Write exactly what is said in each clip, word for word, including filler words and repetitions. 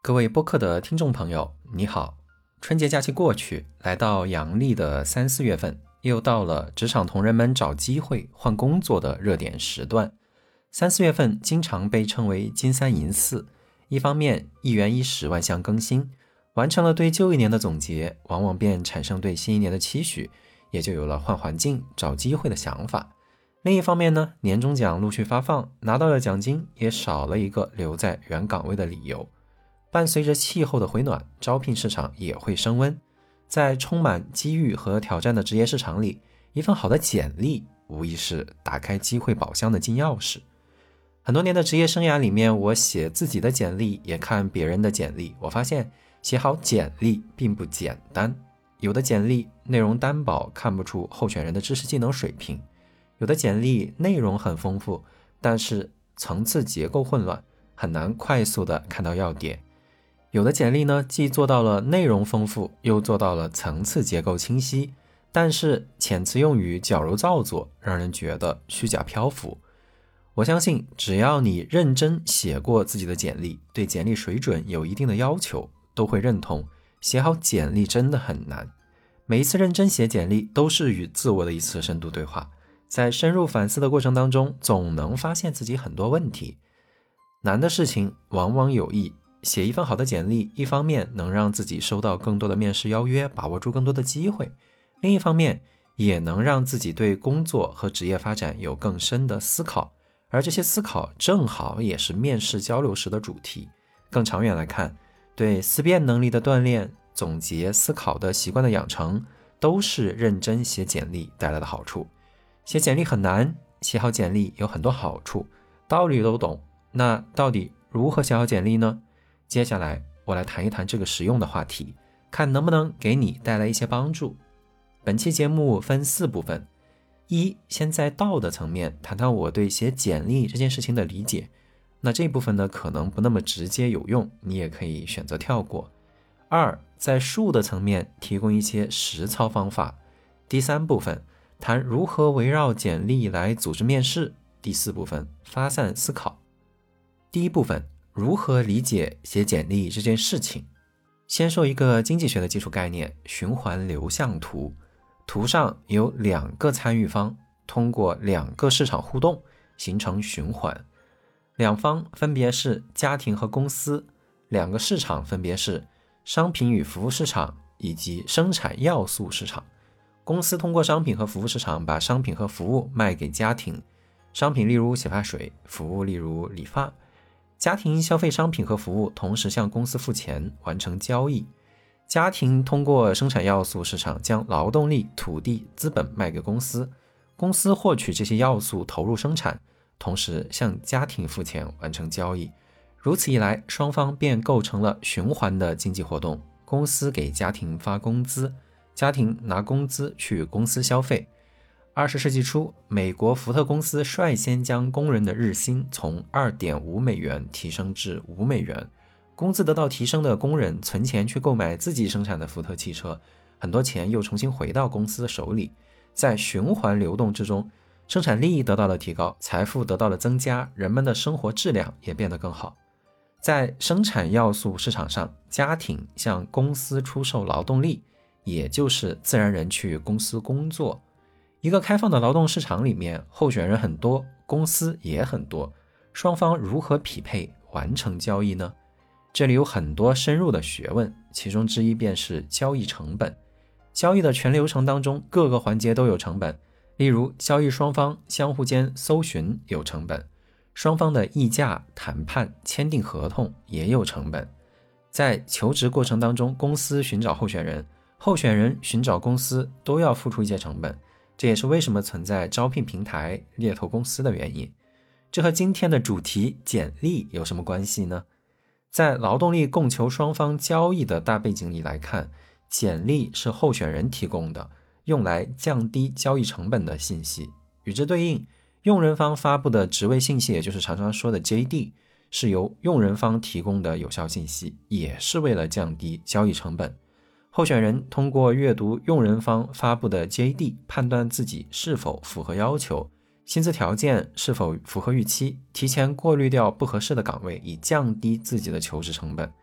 各位播客的听众朋友，你好！春节假期过去，来到阳历的三四月份，又到了职场同仁们找机会换工作的热点时段。三四月份经常被称为金三银四，一方面一元一时万象更新，完成了对旧一年的总结，往往便产生对新一年的期许，也就有了换环境找机会的想法。另一方面呢，年终奖陆续发放，拿到了奖金也少了一个留在原岗位的理由。伴随着气候的回暖，招聘市场也会升温。在充满机遇和挑战的职业市场里，一份好的简历无疑是打开机会宝箱的金钥匙。很多年的职业生涯里面，我写自己的简历，也看别人的简历，我发现写好简历并不简单。有的简历内容单薄，看不出候选人的知识技能水平；有的简历内容很丰富，但是层次结构混乱，很难快速的看到要点。有的简历呢，既做到了内容丰富，又做到了层次结构清晰，但是遣词用语矫揉造作，让人觉得虚假漂浮。我相信只要你认真写过自己的简历，对简历水准有一定的要求，都会认同写好简历真的很难。每一次认真写简历都是与自我的一次深度对话，在深入反思的过程当中，总能发现自己很多问题。难的事情往往有益，写一份好的简历，一方面能让自己收到更多的面试邀约，把握住更多的机会，另一方面也能让自己对工作和职业发展有更深的思考，而这些思考正好也是面试交流时的主题。更长远来看，对思辨能力的锻炼，总结思考的习惯的养成，都是认真写简历带来的好处。写简历很难，写好简历有很多好处，道理都懂，那到底如何写好简历呢？接下来我来谈一谈这个实用的话题，看能不能给你带来一些帮助。本期节目分四部分。一，先在道的层面谈谈我对写简历这件事情的理解，那这一部分呢可能不那么直接有用，你也可以选择跳过。二，在术的层面提供一些实操方法。第三部分谈如何围绕简历来组织面试。第四部分发散思考。第一部分，如何理解写简历这件事情。先说一个经济学的基础概念，循环流向图。图上有两个参与方，通过两个市场互动形成循环。两方分别是家庭和公司，两个市场分别是商品与服务市场以及生产要素市场。公司通过商品和服务市场把商品和服务卖给家庭，商品例如洗发水，服务例如理发。家庭消费商品和服务，同时向公司付钱完成交易。家庭通过生产要素市场将劳动力、土地、资本卖给公司，公司获取这些要素投入生产，同时向家庭付钱完成交易。如此一来，双方便构成了循环的经济活动。公司给家庭发工资，家庭拿工资去公司消费。二十世纪初，美国福特公司率先将工人的日薪从 二点五美元提升至五美元。工资得到提升的工人存钱去购买自己生产的福特汽车，很多钱又重新回到公司的手里。在循环流动之中，生产力得到了提高，财富得到了增加，人们的生活质量也变得更好。在生产要素市场上，家庭向公司出售劳动力，也就是自然人去公司工作。一个开放的劳动市场里面，候选人很多，公司也很多，双方如何匹配完成交易呢？这里有很多深入的学问，其中之一便是交易成本。交易的全流程当中，各个环节都有成本，例如交易双方相互间搜寻有成本，双方的议价、谈判、签订合同也有成本。在求职过程当中，公司寻找候选人，候选人寻找公司，都要付出一些成本。这也是为什么存在招聘平台、猎头公司的原因。这和今天的主题简历有什么关系呢？在劳动力供求双方交易的大背景里来看，简历是候选人提供的，用来降低交易成本的信息。与之对应，用人方发布的职位信息，也就是常常说的 J D， 是由用人方提供的有效信息，也是为了降低交易成本。候选人通过阅读用人方发布的 J D， 判断自己是否符合要求，薪资条件是否符合预期，提前过滤掉不合适的岗位，以降低自己的求职成本。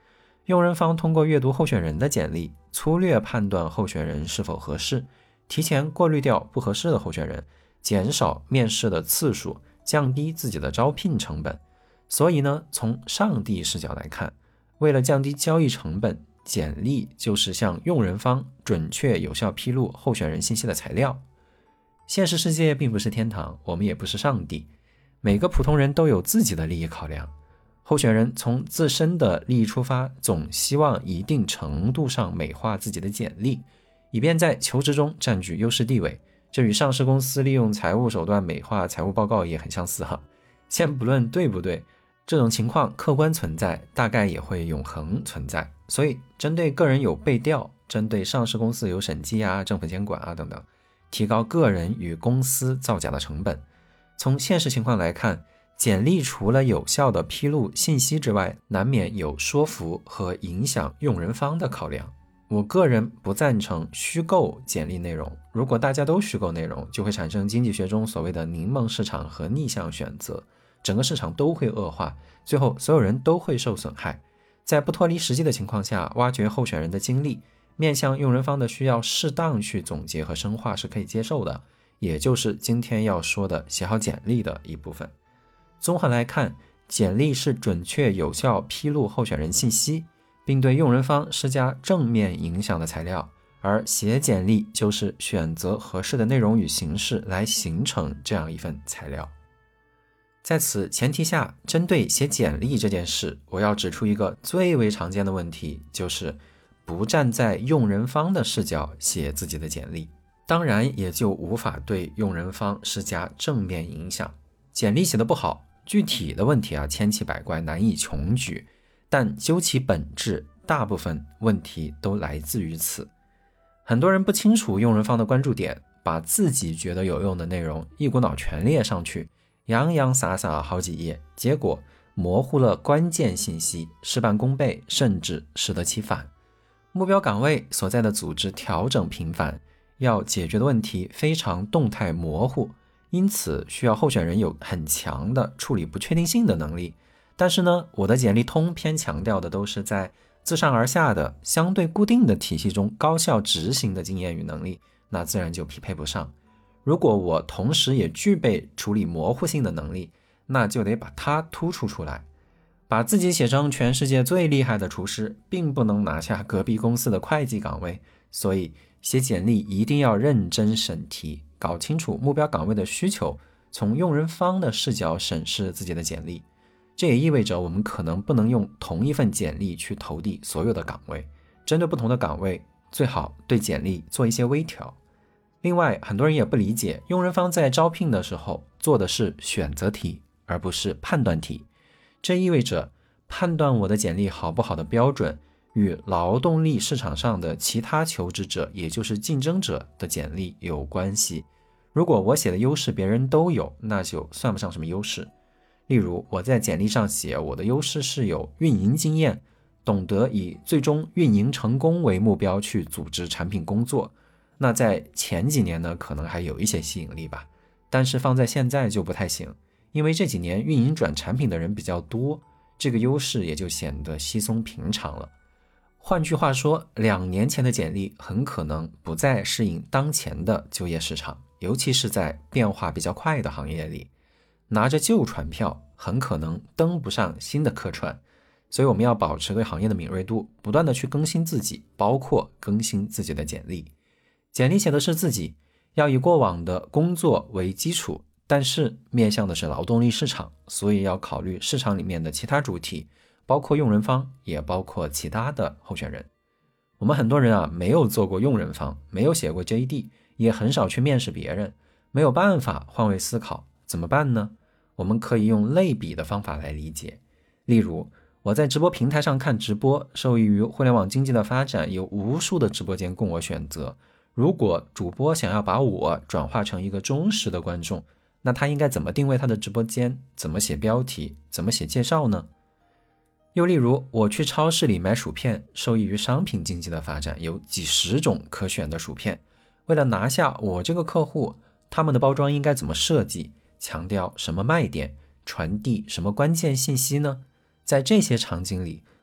用人方通过阅读候选人的简历，粗略判断候选人是否合适，提前过滤掉不合适的候选人，减少面试的次数，降低自己的招聘成本。所以呢，从上帝视角来看，为了降低交易成本，简历就是向用人方准确有效披露候选人信息的材料。现实世界并不是天堂，我们也不是上帝，每个普通人都有自己的利益考量。候选人从自身的利益出发，总希望一定程度上美化自己的简历，以便在求职中占据优势地位。这与上市公司利用财务手段美化财务报告也很相似哈。先不论对不对，这种情况客观存在，大概也会永恒存在。所以针对个人有背调，针对上市公司有审计啊、政府监管啊等等，提高个人与公司造假的成本。从现实情况来看，简历除了有效的披露信息之外，难免有说服和影响用人方的考量。我个人不赞成虚构简历内容，如果大家都虚构内容，就会产生经济学中所谓的柠檬市场和逆向选择，整个市场都会恶化，最后所有人都会受损害。在不脱离实际的情况下，挖掘候选人的经历，面向用人方的需要适当去总结和深化是可以接受的，也就是今天要说的写好简历的一部分。综合来看，简历是准确有效披露候选人信息，并对用人方施加正面影响的材料，而写简历就是选择合适的内容与形式来形成这样一份材料。在此前提下，针对写简历这件事，我要指出一个最为常见的问题，就是不站在用人方的视角写自己的简历，当然也就无法对用人方施加正面影响。简历写得不好，具体的问题啊千奇百怪，难以穷举，但究其本质，大部分问题都来自于此。很多人不清楚用人方的关注点，把自己觉得有用的内容一股脑全列上去，洋洋洒洒好几页，结果模糊了关键信息，事半功倍，甚至适得其反。目标岗位所在的组织调整频繁，要解决的问题非常动态模糊，因此需要候选人有很强的处理不确定性的能力。但是呢，我的简历通篇强调的都是在自上而下的相对固定的体系中高效执行的经验与能力，那自然就匹配不上。如果我同时也具备处理模糊性的能力，那就得把它突出出来。把自己写成全世界最厉害的厨师，并不能拿下隔壁公司的会计岗位，所以写简历一定要认真审题，搞清楚目标岗位的需求，从用人方的视角审视自己的简历。这也意味着我们可能不能用同一份简历去投递所有的岗位，针对不同的岗位，最好对简历做一些微调。另外，很多人也不理解，用人方在招聘的时候做的是选择题，而不是判断题。这意味着判断我的简历好不好的标准与劳动力市场上的其他求职者，也就是竞争者的简历有关系。如果我写的优势别人都有，那就算不上什么优势。例如，我在简历上写我的优势是有运营经验，懂得以最终运营成功为目标去组织产品工作，那在前几年呢，可能还有一些吸引力吧，但是放在现在就不太行，因为这几年运营转产品的人比较多，这个优势也就显得稀松平常了。换句话说，两年前的简历很可能不再适应当前的就业市场，尤其是在变化比较快的行业里，拿着旧船票很可能登不上新的客船。所以我们要保持对行业的敏锐度，不断的去更新自己，包括更新自己的简历。简历写的是自己，要以过往的工作为基础，但是面向的是劳动力市场，所以要考虑市场里面的其他主体，包括用人方，也包括其他的候选人。我们很多人啊，没有做过用人方，没有写过 J D， 也很少去面试别人，没有办法换位思考，怎么办呢？我们可以用类比的方法来理解。例如，我在直播平台上看直播，受益于互联网经济的发展，有无数的直播间供我选择。如果主播想要把我转化成一个忠实的观众，那他应该怎么定位他的直播间？怎么写标题？怎么写介绍呢？又例如，我去超市里买薯片，受益于商品经济的发展，有几十种可选的薯片。为了拿下我这个客户，他们的包装应该怎么设计？强调什么卖点？传递什么关键信息呢？在这些场景里，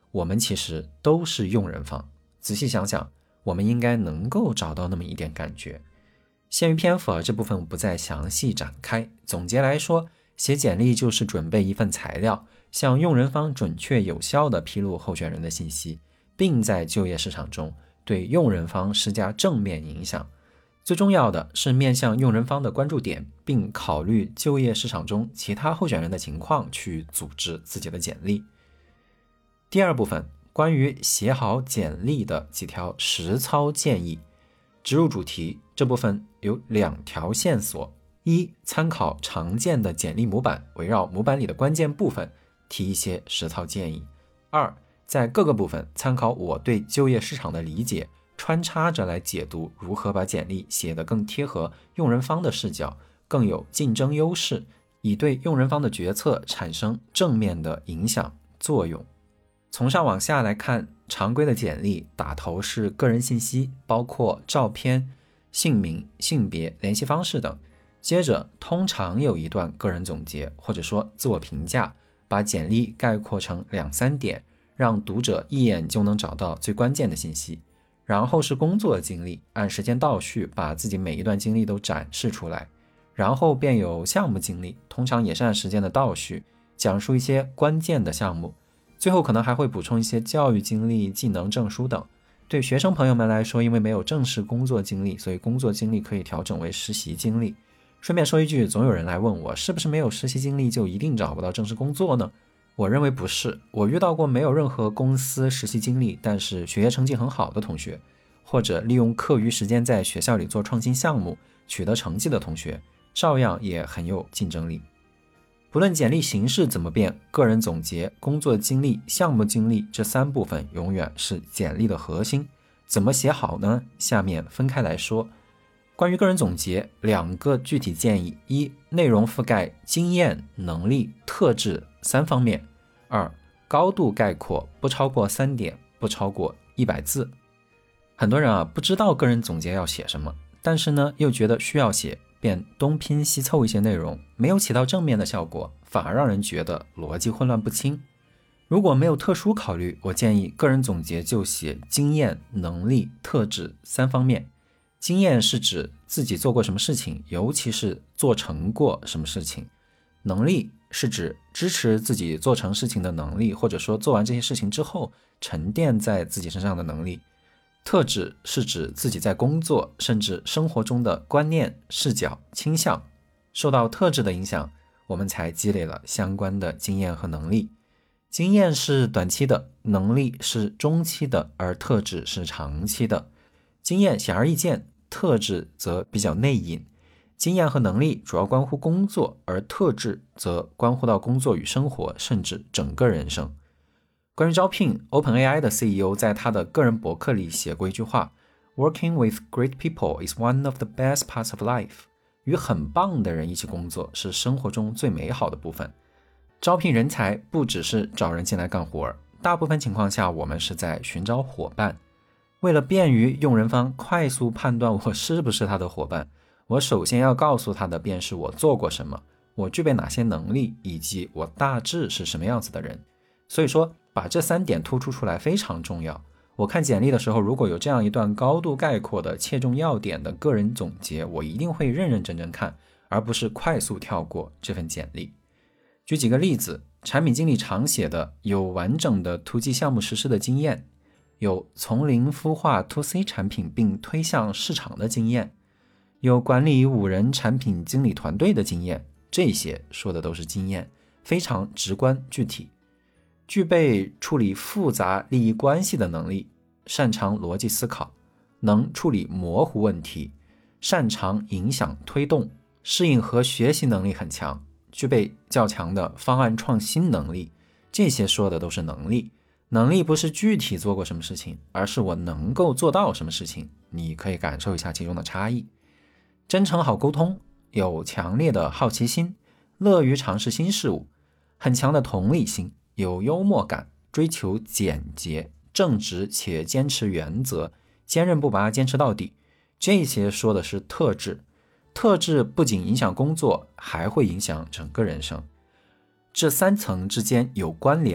我们其实都是用人方。仔细想想，我们应该能够找到那么一点感觉。限于篇幅，这部分不再详细展开。总结来说，写简历就是准备一份材料，向用人方准确有效地披露候选人的信息，并在就业市场中对用人方施加正面影响。最重要的是面向用人方的关注点，并考虑就业市场中其他候选人的情况去组织自己的简历。第二部分，关于写好简历的几条实操建议。植入主题这部分有两条线索：一、参考常见的简历模板，围绕模板里的关键部分提一些实操建议；二、在各个部分参考我对就业市场的理解，穿插着来解读如何把简历写得更贴合用人方的视角，更有竞争优势，以对用人方的决策产生正面的影响作用。从上往下来看，常规的简历打头是个人信息，包括照片、姓名、性别、联系方式等。接着通常有一段个人总结或者说自我评价，把简历概括成两三点，让读者一眼就能找到最关键的信息。然后是工作经历，按时间倒叙把自己每一段经历都展示出来。然后便有项目经历，通常也是按时间的倒叙，讲述一些关键的项目。最后可能还会补充一些教育经历、技能、证书等。对学生朋友们来说，因为没有正式工作经历，所以工作经历可以调整为实习经历。顺便说一句，总有人来问我，是不是没有实习经历就一定找不到正式工作呢？我认为不是，我遇到过没有任何公司实习经历，但是学业成绩很好的同学，或者利用课余时间在学校里做创新项目取得成绩的同学，照样也很有竞争力。不论简历形式怎么变，个人总结、工作经历、项目经历这三部分永远是简历的核心。怎么写好呢？下面分开来说。关于个人总结，两个具体建议：一、内容覆盖经验、能力、特质三方面；二、高度概括，不超过三点，不超过一百字。很多人啊不知道个人总结要写什么，但是呢又觉得需要写，便东拼西凑一些内容，没有起到正面的效果，反而让人觉得逻辑混乱不清。如果没有特殊考虑，我建议个人总结就写经验、能力、特质三方面。经验是指自己做过什么事情，尤其是做成过什么事情。能力是指支持自己做成事情的能力，或者说做完这些事情之后沉淀在自己身上的能力。特质是指自己在工作甚至生活中的观念、视角、倾向。受到特质的影响，我们才积累了相关的经验和能力。经验是短期的，能力是中期的，而特质是长期的。经验显而易见，特质则比较内隐。经验和能力主要关乎工作，而特质则关乎到工作与生活，甚至整个人生。关于招聘， OpenAI 的 C E O 在他的个人博客里写过一句话： Working with great people is one of the best parts of life。 与很棒的人一起工作是生活中最美好的部分。招聘人才不只是找人进来干活，大部分情况下我们是在寻找伙伴。为了便于用人方快速判断我是不是他的伙伴，我首先要告诉他的便是我做过什么，我具备哪些能力，以及我大致是什么样子的人。所以说把这三点突出出来非常重要。我看简历的时候，如果有这样一段高度概括的切中要点的个人总结，我一定会认认真真看，而不是快速跳过这份简历。举几个例子，产品经理常写的有完整的突击项目实施的经验，有从零孵化 to C 产品并推向市场的经验，有管理五人产品经理团队的经验，这些说的都是经验，非常直观具体。具备处理复杂利益关系的能力，擅长逻辑思考，能处理模糊问题，擅长影响推动，适应和学习能力很强，具备较强的方案创新能力。这些说的都是能力。能力不是具体做过什么事情，而是我能够做到什么事情，你可以感受一下其中的差异。真诚好沟通，有强烈的好奇心，乐于尝试新事物，很强的同理心，有幽默感，追求简洁，正直且坚持原则，坚韧不拔，坚持到底。这些说的是特质。特质不仅影响工作，还会影响整个人生。这三层之间有关联，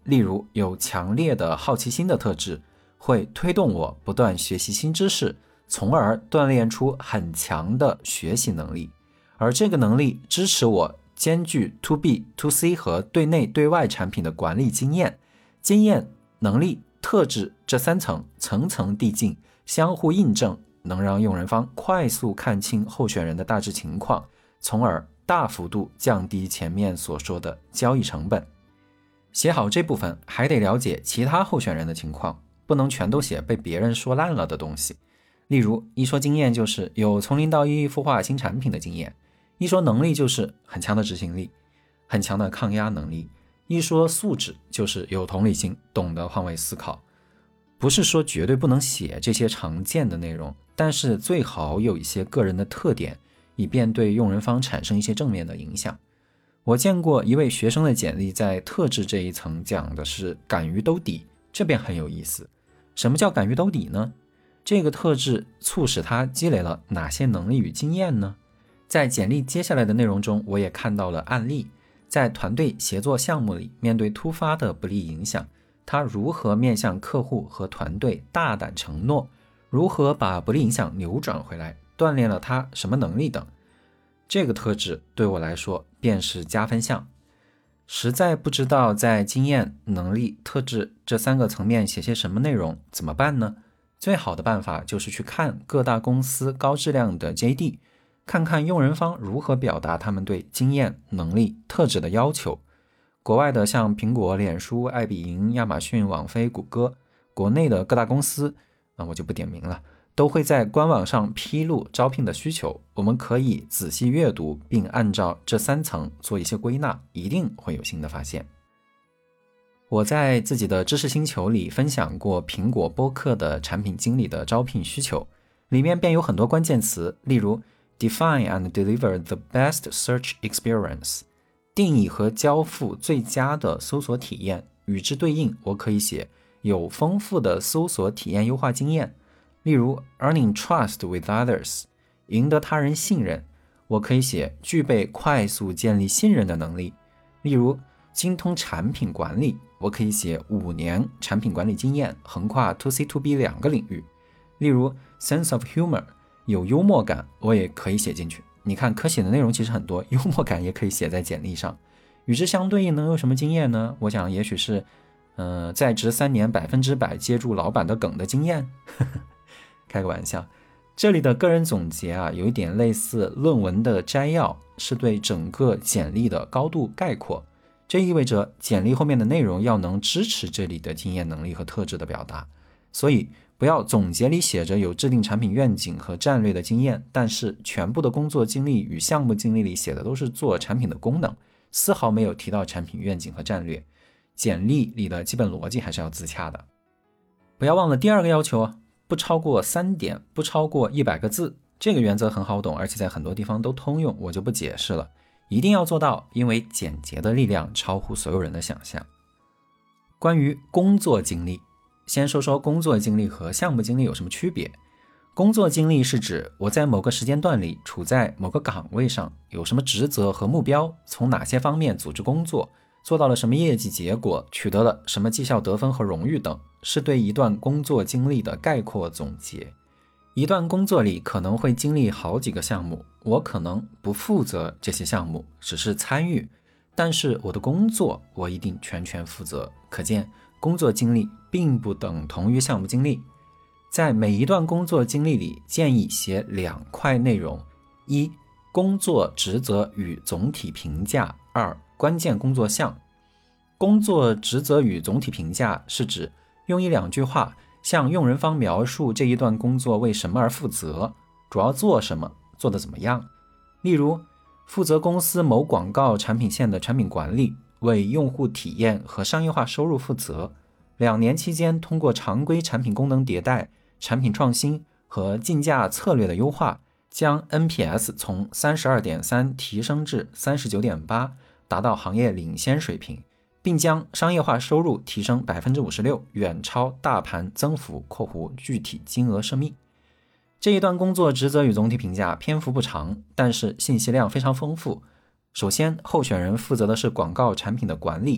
例如有强烈的好奇心的特质，会推动我不断学习新知识，从而锻炼出很强的学习能力。而这个能力支持我兼具 to B、to C 和对内对外产品的管理经验。经验、能力、特质这三层层层递进，相互印证，能让用人方快速看清候选人的大致情况，从而大幅度降低前面所说的交易成本。写好这部分还得了解其他候选人的情况，不能全都写被别人说烂了的东西。例如一说经验就是有从零到一孵化新产品的经验，一说能力就是很强的执行力，很强的抗压能力，一说素质就是有同理心，懂得换位思考。不是说绝对不能写这些常见的内容，但是最好有一些个人的特点，以便对用人方产生一些正面的影响。我见过一位学生的简历，在特质这一层讲的是敢于兜底，这边很有意思。什么叫敢于兜底呢？这个特质促使他积累了哪些能力与经验呢？在简历接下来的内容中，我也看到了案例，在团队协作项目里，面对突发的不利影响，他如何面向客户和团队大胆承诺，如何把不利影响扭转回来，锻炼了他什么能力等。这个特质对我来说便是加分项。实在不知道在经验、能力、特质这三个层面写些什么内容，怎么办呢？最好的办法就是去看各大公司高质量的 J D， 看看用人方如何表达他们对经验、能力、特质的要求。国外的像苹果、脸书、爱彼迎、亚马逊、网飞、谷歌，国内的各大公司，那我就不点名了，都会在官网上披露招聘的需求，我们可以仔细阅读，并按照这三层做一些归纳，一定会有新的发现。我在自己的知识星球里分享过苹果播客的产品经理的招聘需求，里面便有很多关键词，例如 define and deliver the best search experience， 定义和交付最佳的搜索体验。与之对应，我可以写有丰富的搜索体验优化经验，例如 earning trust with others， 赢得他人信任，我可以写具备快速建立信任的能力。例如精通产品管理，我可以写五年产品管理经验，横跨 to C to B 两个领域。例如 sense of humor， 有幽默感，我也可以写进去。你看可写的内容其实很多，幽默感也可以写在简历上。与之相对应能有什么经验呢？我想也许是呃，在职三年百分之百接住老板的梗的经验。开个玩笑，这里的个人总结啊，有一点类似论文的摘要，是对整个简历的高度概括。这意味着简历后面的内容要能支持这里的经验能力和特质的表达。所以不要总结里写着有制定产品愿景和战略的经验，但是全部的工作经历与项目经历里写的都是做产品的功能，丝毫没有提到产品愿景和战略。简历里的基本逻辑还是要自洽的。不要忘了第二个要求，不超过三点，不超过一百个字。这个原则很好懂，而且在很多地方都通用，我就不解释了。一定要做到，因为简洁的力量超乎所有人的想象。关于工作经历，先说说工作经历和项目经历有什么区别。工作经历是指我在某个时间段里处在某个岗位上，有什么职责和目标，从哪些方面组织工作，做到了什么业绩结果，取得了什么绩效得分和荣誉等，是对一段工作经历的概括总结。一段工作里可能会经历好几个项目，我可能不负责这些项目，只是参与，但是我的工作我一定全权负责。可见工作经历并不等同于项目经历。在每一段工作经历里，建议写两块内容：一、工作职责与总体评价；二、关键工作项。工作职责与总体评价是指用一两句话向用人方描述这一段工作为什么而负责，主要做什么，做得怎么样。例如，负责公司某广告产品线的产品管理，为用户体验和商业化收入负责。两年期间，通过常规产品功能迭代、产品创新和竞价策略的优化，将 N P S 从 三十二点三 提升至 三十九点八， 达到行业领先水平，并将商业化收入提升 百分之五十六， 远超大盘增幅（括弧具体金额涉密）。这一段工作职责与总体评价篇幅不长，但是信息量非常丰富。首先，候选人负责的是广告产品的管理，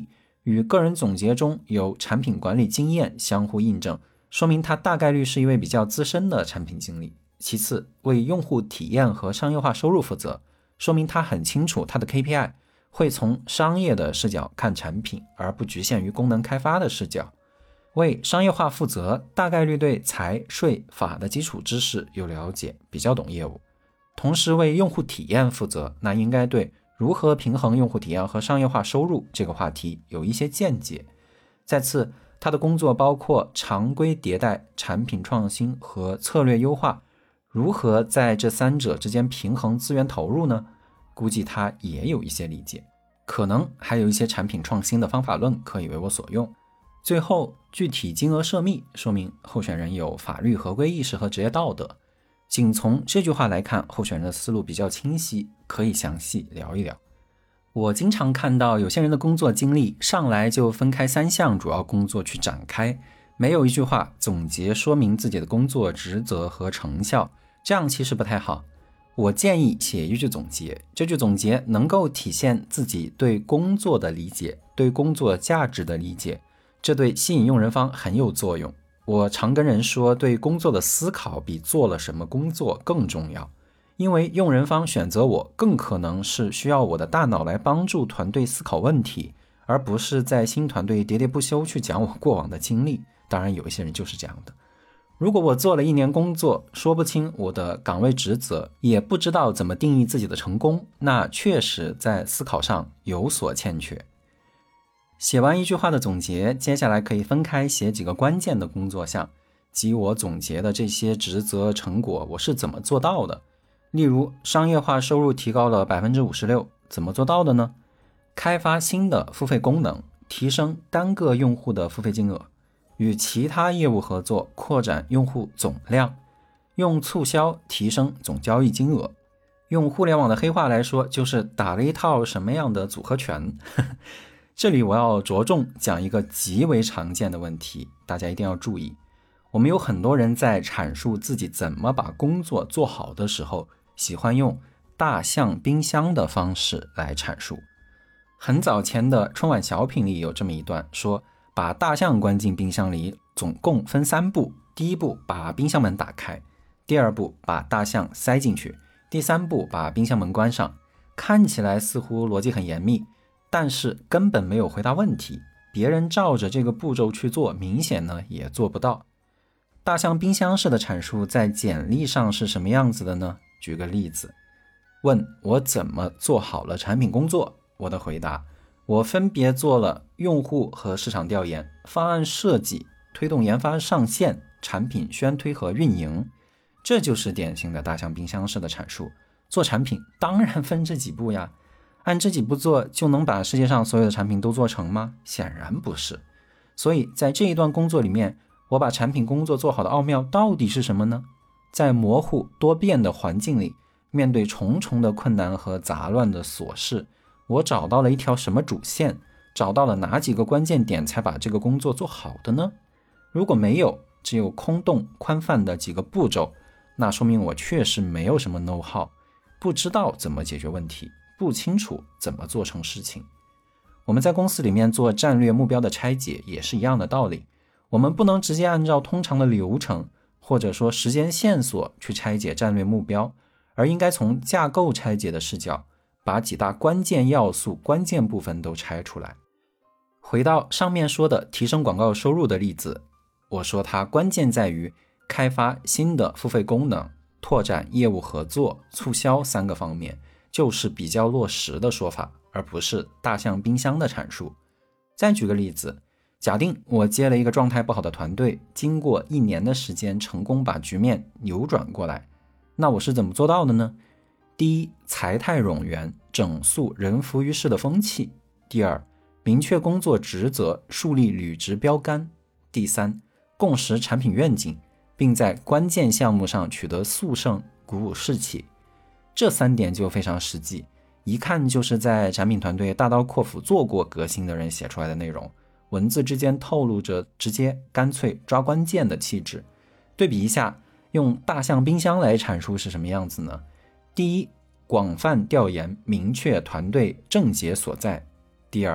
与个人总结中有产品管理经验相互印证，说明他大概率是一位比较资深的产品经理。其次，为用户体验和商业化收入负责，说明他很清楚他的 K P I， 会从商业的视角看产品，而不局限于功能开发的视角。为商业化负责，大概率对财税法的基础知识有了解，比较懂业务。同时为用户体验负责，那应该对如何平衡用户体验和商业化收入这个话题有一些见解。再次，他的工作包括常规迭代、产品创新和策略优化，如何在这三者之间平衡资源投入呢？估计他也有一些理解，可能还有一些产品创新的方法论可以为我所用。最后，具体金额涉密，说明候选人有法律合规意识和职业道德。仅从这句话来看，候选人的思路比较清晰，可以详细聊一聊。我经常看到有些人的工作经历上来就分开三项主要工作去展开，没有一句话总结说明自己的工作职责和成效，这样其实不太好。我建议写一句总结，这句总结能够体现自己对工作的理解，对工作价值的理解，这对吸引用人方很有作用。我常跟人说，对工作的思考比做了什么工作更重要，因为用人方选择我，更可能是需要我的大脑来帮助团队思考问题，而不是在新团队喋喋不休去讲我过往的经历。当然有一些人就是这样的。如果我做了一年工作，说不清我的岗位职责，也不知道怎么定义自己的成功，那确实在思考上有所欠缺。写完一句话的总结，接下来可以分开写几个关键的工作项，即我总结的这些职责成果我是怎么做到的。例如，商业化收入提高了 百分之五十六， 怎么做到的呢？开发新的付费功能，提升单个用户的付费金额，与其他业务合作，扩展用户总量，用促销提升总交易金额。用互联网的黑话来说，就是打了一套什么样的组合拳。这里我要着重讲一个极为常见的问题，大家一定要注意。我们有很多人在阐述自己怎么把工作做好的时候，喜欢用大象冰箱的方式来阐述。很早前的春晚小品里有这么一段，说把大象关进冰箱里总共分三步，第一步把冰箱门打开，第二步把大象塞进去，第三步把冰箱门关上。看起来似乎逻辑很严密，但是根本没有回答问题，别人照着这个步骤去做，明显呢也做不到。大象冰箱式的阐述在简历上是什么样子的呢？举个例子，问我怎么做好了产品工作，我的回答，我分别做了用户和市场调研、方案设计、推动研发上线、产品宣推和运营。这就是典型的大象冰箱式的阐述。做产品当然分这几步呀，按这几步做就能把世界上所有的产品都做成吗？显然不是。所以在这一段工作里面，我把产品工作做好的奥妙到底是什么呢？在模糊多变的环境里，面对重重的困难和杂乱的琐事，我找到了一条什么主线，找到了哪几个关键点才把这个工作做好的呢？如果没有，只有空洞宽泛的几个步骤，那说明我确实没有什么 know how， 不知道怎么解决问题，不清楚怎么做成事情。我们在公司里面做战略目标的拆解也是一样的道理，我们不能直接按照通常的流程或者说时间线索去拆解战略目标，而应该从架构拆解的视角，把几大关键要素、关键部分都拆出来。回到上面说的提升广告收入的例子，我说它关键在于开发新的付费功能、拓展业务合作、促销三个方面，就是比较落实的说法，而不是大象冰箱的阐述。再举个例子，假定我接了一个状态不好的团队，经过一年的时间成功把局面扭转过来，那我是怎么做到的呢？第一，财态冗员，整肃人浮于事的风气。第二，明确工作职责，树立履职标杆。第三，共识产品愿景，并在关键项目上取得速胜，鼓舞士气。这三点就非常实际，一看就是在产品团队大刀阔斧做过革新的人写出来的内容，文字之间透露着直接、干脆、抓关键的气质。对比一下，用大象冰箱来阐述是什么样子呢？第一，广泛调研，明确团队症结所在。第二，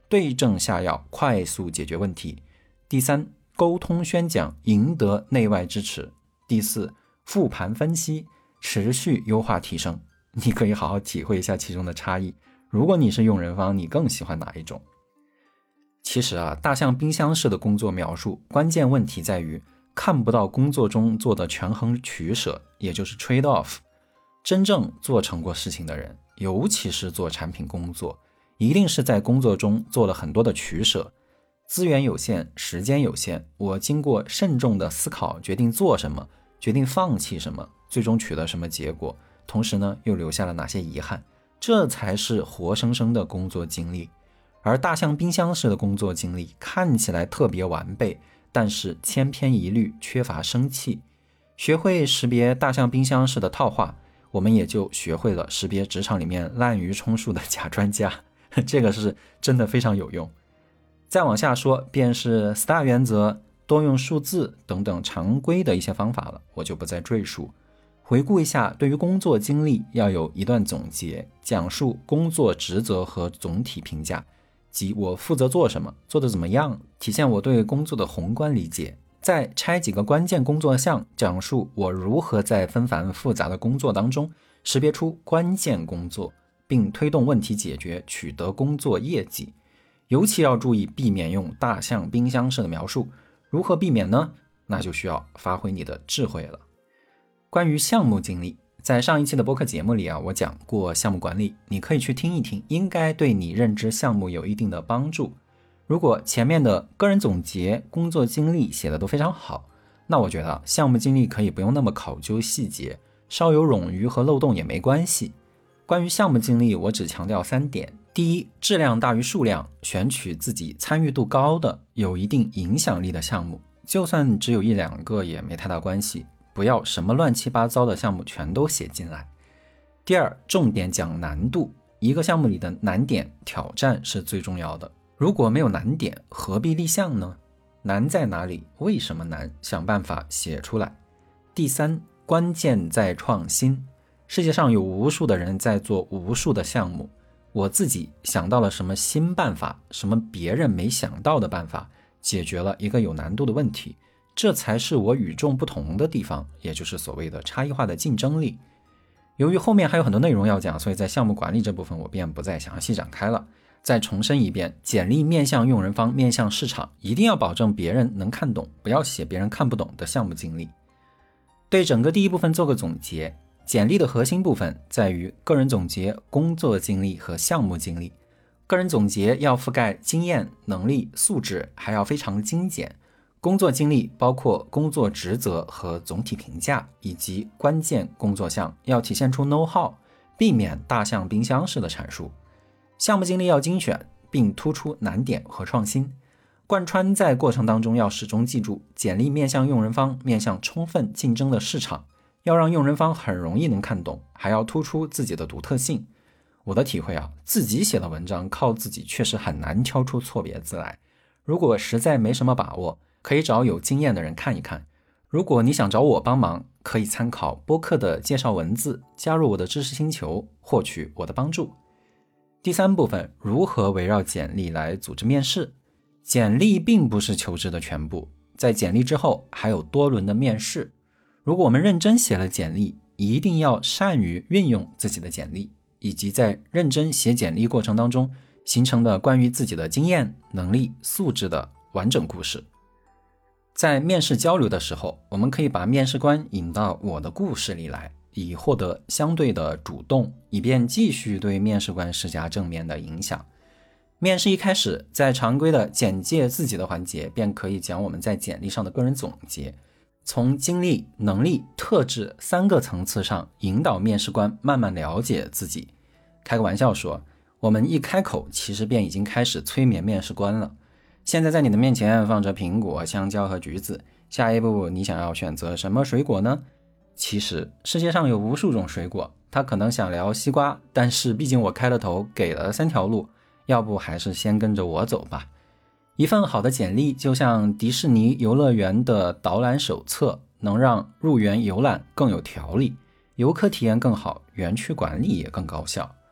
对症下药，快速解决问题。第三，沟通宣讲，赢得内外支持。第四，复盘分析，持续优化提升。你可以好好体会一下其中的差异。如果你是用人方，你更喜欢哪一种？其实啊，大象冰箱式的工作描述，关键问题在于看不到工作中做的权衡取舍，也就是 trade off。 真正做成过事情的人，尤其是做产品工作，一定是在工作中做了很多的取舍。资源有限，时间有限，我经过慎重的思考，决定做什么，决定放弃什么，最终取得什么结果，同时呢，又留下了哪些遗憾，这才是活生生的工作经历。而大象冰箱式的工作经历看起来特别完备，但是千篇一律，缺乏生气。学会识别大象冰箱式的套话，我们也就学会了识别职场里面滥竽充数的假专家，这个是真的非常有用。再往下说，便是 S T A R 原则、多用数字等等常规的一些方法了，我就不再赘述。回顾一下，对于工作经历要有一段总结，讲述工作职责和总体评价，即我负责做什么，做得怎么样，体现我对工作的宏观理解。再拆几个关键工作项，讲述我如何在纷繁复杂的工作当中识别出关键工作，并推动问题解决，取得工作业绩。尤其要注意避免用大象冰箱式的描述。如何避免呢？那就需要发挥你的智慧了。关于项目经历，在上一期的播客节目里啊，我讲过项目管理，你可以去听一听，应该对你认知项目有一定的帮助。如果前面的个人总结、工作经历写的都非常好，那我觉得项目经历可以不用那么考究细节，稍有冗余和漏洞也没关系。关于项目经历，我只强调三点。第一，质量大于数量，选取自己参与度高的、有一定影响力的项目，就算只有一两个也没太大关系，不要什么乱七八糟的项目全都写进来。第二，重点讲难度，一个项目里的难点、挑战是最重要的。如果没有难点，何必立项呢？难在哪里？为什么难？想办法写出来。第三，关键在创新。世界上有无数的人在做无数的项目，我自己想到了什么新办法，什么别人没想到的办法，解决了一个有难度的问题，这才是我与众不同的地方，也就是所谓的差异化的竞争力。由于后面还有很多内容要讲，所以在项目管理这部分我便不再详细展开了。再重申一遍，简历面向用人方，面向市场，一定要保证别人能看懂，不要写别人看不懂的项目经历。对整个第一部分做个总结，简历的核心部分在于个人总结、工作经历和项目经历。个人总结要覆盖经验、能力、素质，还要非常精简。工作经历包括工作职责和总体评价，以及关键工作项，要体现出 know how， 避免大象冰箱式的阐述。项目经历要精选，并突出难点和创新。贯穿在过程当中要始终记住，简历面向用人方，面向充分竞争的市场，要让用人方很容易能看懂，还要突出自己的独特性。我的体会啊，自己写的文章靠自己确实很难挑出错别字来。如果实在没什么把握，可以找有经验的人看一看。如果你想找我帮忙，可以参考播客的介绍文字，加入我的知识星球，获取我的帮助。第三部分，如何围绕简历来组织面试。简历并不是求职的全部，在简历之后还有多轮的面试。如果我们认真写了简历，一定要善于运用自己的简历，以及在认真写简历过程当中形成的关于自己的经验、能力、素质的完整故事。在面试交流的时候，我们可以把面试官引到我的故事里来，以获得相对的主动，以便继续对面试官施加正面的影响。面试一开始，在常规的简介自己的环节，便可以讲我们在简历上的个人总结，从经历、能力、特质三个层次上引导面试官慢慢了解自己。开个玩笑说，我们一开口其实便已经开始催眠面试官了。现在在你的面前放着苹果、香蕉和橘子，下一步你想要选择什么水果呢？其实世界上有无数种水果，他可能想聊西瓜，但是毕竟我开了头给了三条路，要不还是先跟着我走吧。一份好的简历就像迪士尼游乐园的导览手册，能让入园游览更有条理，游客体验更好，园区管理也更高效。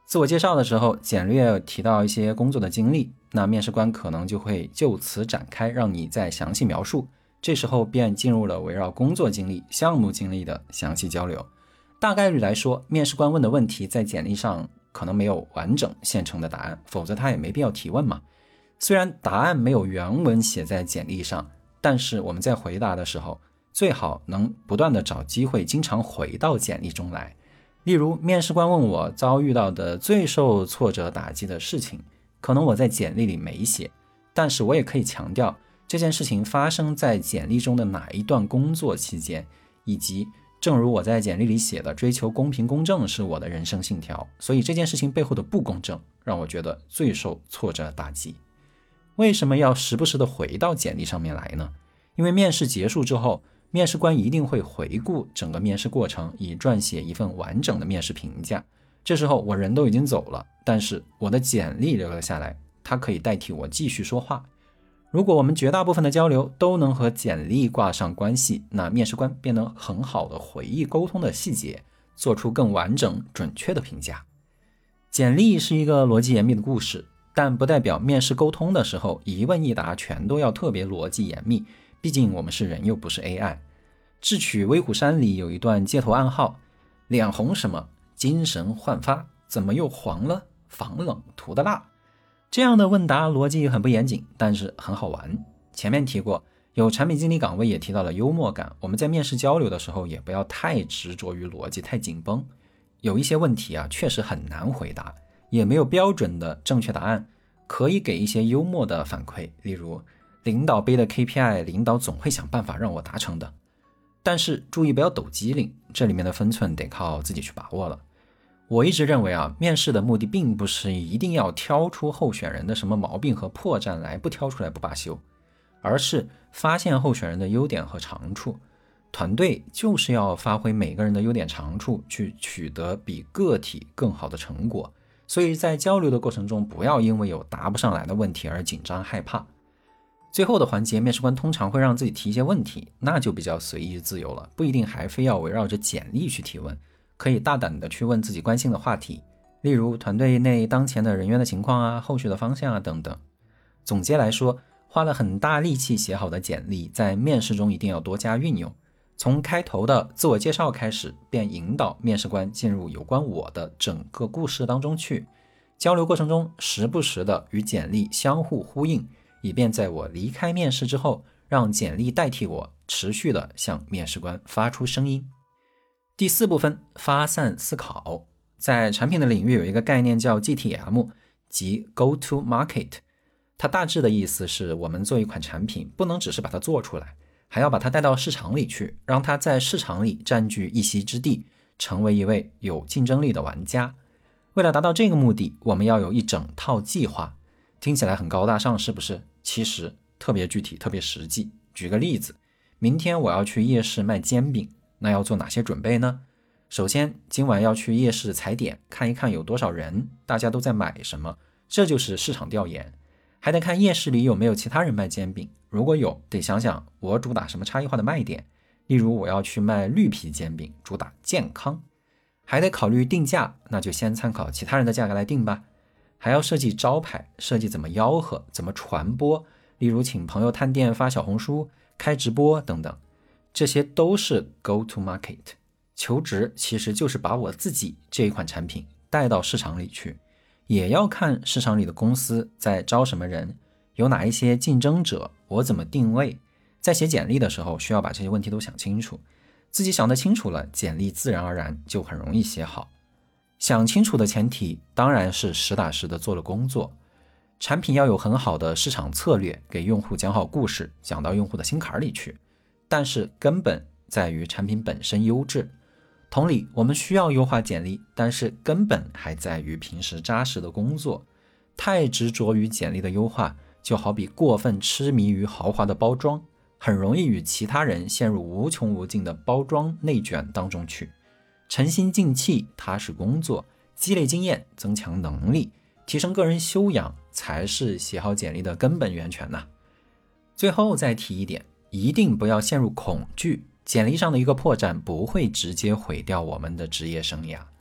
自我介绍的时候简略提到一些工作的经历，那面试官可能就会就此展开，让你再详细描述，这时候便进入了围绕工作经历、项目经历的详细交流。大概率来说，面试官问的问题在简历上可能没有完整现成的答案，否则他也没必要提问嘛。虽然答案没有原文写在简历上，但是我们在回答的时候最好能不断的找机会经常回到简历中来。例如面试官问我遭遇到的最受挫折打击的事情，可能我在简历里没写，但是我也可以强调这件事情发生在简历中的哪一段工作期间，以及正如我在简历里写的，追求公平公正是我的人生信条，所以这件事情背后的不公正让我觉得最受挫折打击。为什么要时不时的回到简历上面来呢？因为面试结束之后，面试官一定会回顾整个面试过程，以撰写一份完整的面试评价。这时候我人都已经走了，但是我的简历留了下来，它可以代替我继续说话。如果我们绝大部分的交流都能和简历挂上关系，那面试官便能很好的回忆沟通的细节，做出更完整准确的评价。简历是一个逻辑严密的故事，但不代表面试沟通的时候一问一答全都要特别逻辑严密，毕竟我们是人又不是 A I。 智取威虎山里有一段街头暗号，脸红什么，精神焕发，怎么又黄了，防冷涂的蜡。这样的问答逻辑很不严谨，但是很好玩。前面提过，有产品经理岗位也提到了幽默感，我们在面试交流的时候也不要太执着于逻辑，太紧绷。有一些问题啊，确实很难回答，也没有标准的正确答案，可以给一些幽默的反馈，例如领导背的 K P I， 领导总会想办法让我达成的。但是注意不要抖机灵，这里面的分寸得靠自己去把握了。我一直认为啊，面试的目的并不是一定要挑出候选人的什么毛病和破绽来，不挑出来不罢休，而是发现候选人的优点和长处。团队就是要发挥每个人的优点长处，去取得比个体更好的成果。所以在交流的过程中，不要因为有答不上来的问题而紧张害怕。最后的环节，面试官通常会让自己提一些问题，那就比较随意自由了，不一定还非要围绕着简历去提问，可以大胆的去问自己关心的话题，例如团队内当前的人员的情况啊，后续的方向啊等等。总结来说，花了很大力气写好的简历，在面试中一定要多加运用。从开头的自我介绍开始，便引导面试官进入有关我的整个故事当中去。交流过程中，时不时的与简历相互呼应，以便在我离开面试之后，让简历代替我持续的向面试官发出声音。第四部分，发散思考。在产品的领域有一个概念叫 G T M， 即 Go to Market。 它大致的意思是，我们做一款产品，不能只是把它做出来，还要把它带到市场里去，让它在市场里占据一席之地，成为一位有竞争力的玩家。为了达到这个目的，我们要有一整套计划。听起来很高大上，是不是？其实特别具体，特别实际。举个例子，明天我要去夜市卖煎饼，那要做哪些准备呢？首先，今晚要去夜市踩点，看一看有多少人，大家都在买什么，这就是市场调研。还得看夜市里有没有其他人卖煎饼，如果有，得想想我主打什么差异化的卖点。例如我要去卖绿皮煎饼，主打健康。还得考虑定价，那就先参考其他人的价格来定吧。还要设计招牌，设计怎么吆喝，怎么传播，例如请朋友探店、发小红书、开直播等等，这些都是 go to market。 求职其实就是把我自己这一款产品带到市场里去，也要看市场里的公司在招什么人，有哪一些竞争者，我怎么定位。在写简历的时候需要把这些问题都想清楚，自己想得清楚了，简历自然而然就很容易写好。想清楚的前提当然是实打实的做了工作。产品要有很好的市场策略，给用户讲好故事，讲到用户的心坎里去。但是根本在于产品本身优质。同理，我们需要优化简历，但是根本还在于平时扎实的工作。太执着于简历的优化，就好比过分痴迷于豪华的包装，很容易与其他人陷入无穷无尽的包装内卷当中去。沉心静气，踏实工作，积累经验，增强能力，提升个人修养，才是写好简历的根本源泉呐。最后再提一点，一定不要陷入恐惧。简历上的一个破绽不会直接毁掉我们的职业生涯，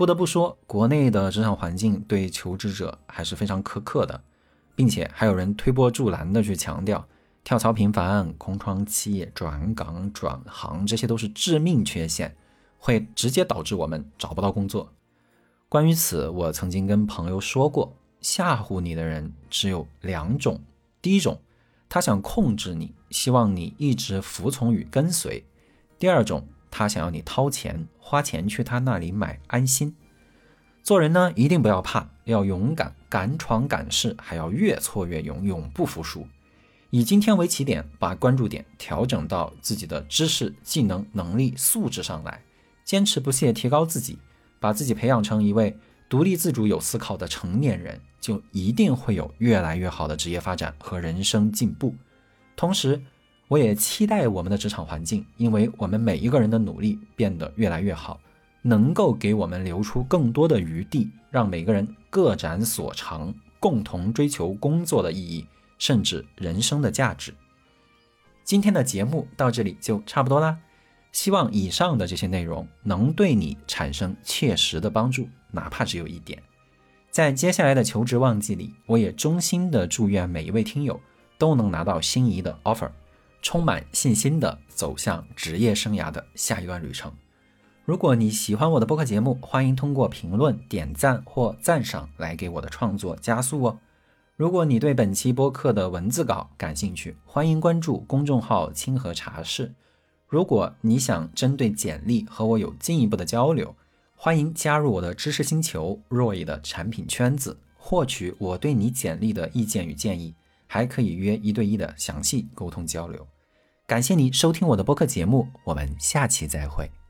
不得不说，国内的职场环境对求职者还是非常苛刻的，并且还有人推波助澜的去强调跳槽频繁、空窗期、转岗、转行，这些都是致命缺陷，会直接导致我们找不到工作。关于此，我曾经跟朋友说过，吓唬你的人只有两种。第一种，他想控制你，希望你一直服从与跟随；第二种，他想要你掏钱，花钱去他那里买安心。做人呢，一定不要怕，要勇敢，敢闯敢试，还要越挫越勇，永不服输。以今天为起点，把关注点调整到自己的知识、技能、能力、素质上来，坚持不懈提高自己，把自己培养成一位独立自主有思考的成年人，就一定会有越来越好的职业发展和人生进步。同时我也期待我们的职场环境，因为我们每一个人的努力变得越来越好，能够给我们留出更多的余地，让每个人各展所长，共同追求工作的意义，甚至人生的价值。今天的节目到这里就差不多啦，希望以上的这些内容能对你产生切实的帮助，哪怕只有一点。在接下来的求职旺季里，我也衷心的祝愿每一位听友都能拿到心仪的 offer， 充满信心的走向职业生涯的下一段旅程。如果你喜欢我的播客节目，欢迎通过评论、点赞或赞赏来给我的创作加速哦。如果你对本期播客的文字稿感兴趣，欢迎关注公众号清河茶室。如果你想针对简历和我有进一步的交流，欢迎加入我的知识星球 Roy 的产品圈子，获取我对你简历的意见与建议，还可以约一对一的详细沟通交流。感谢你收听我的播客节目，我们下期再会。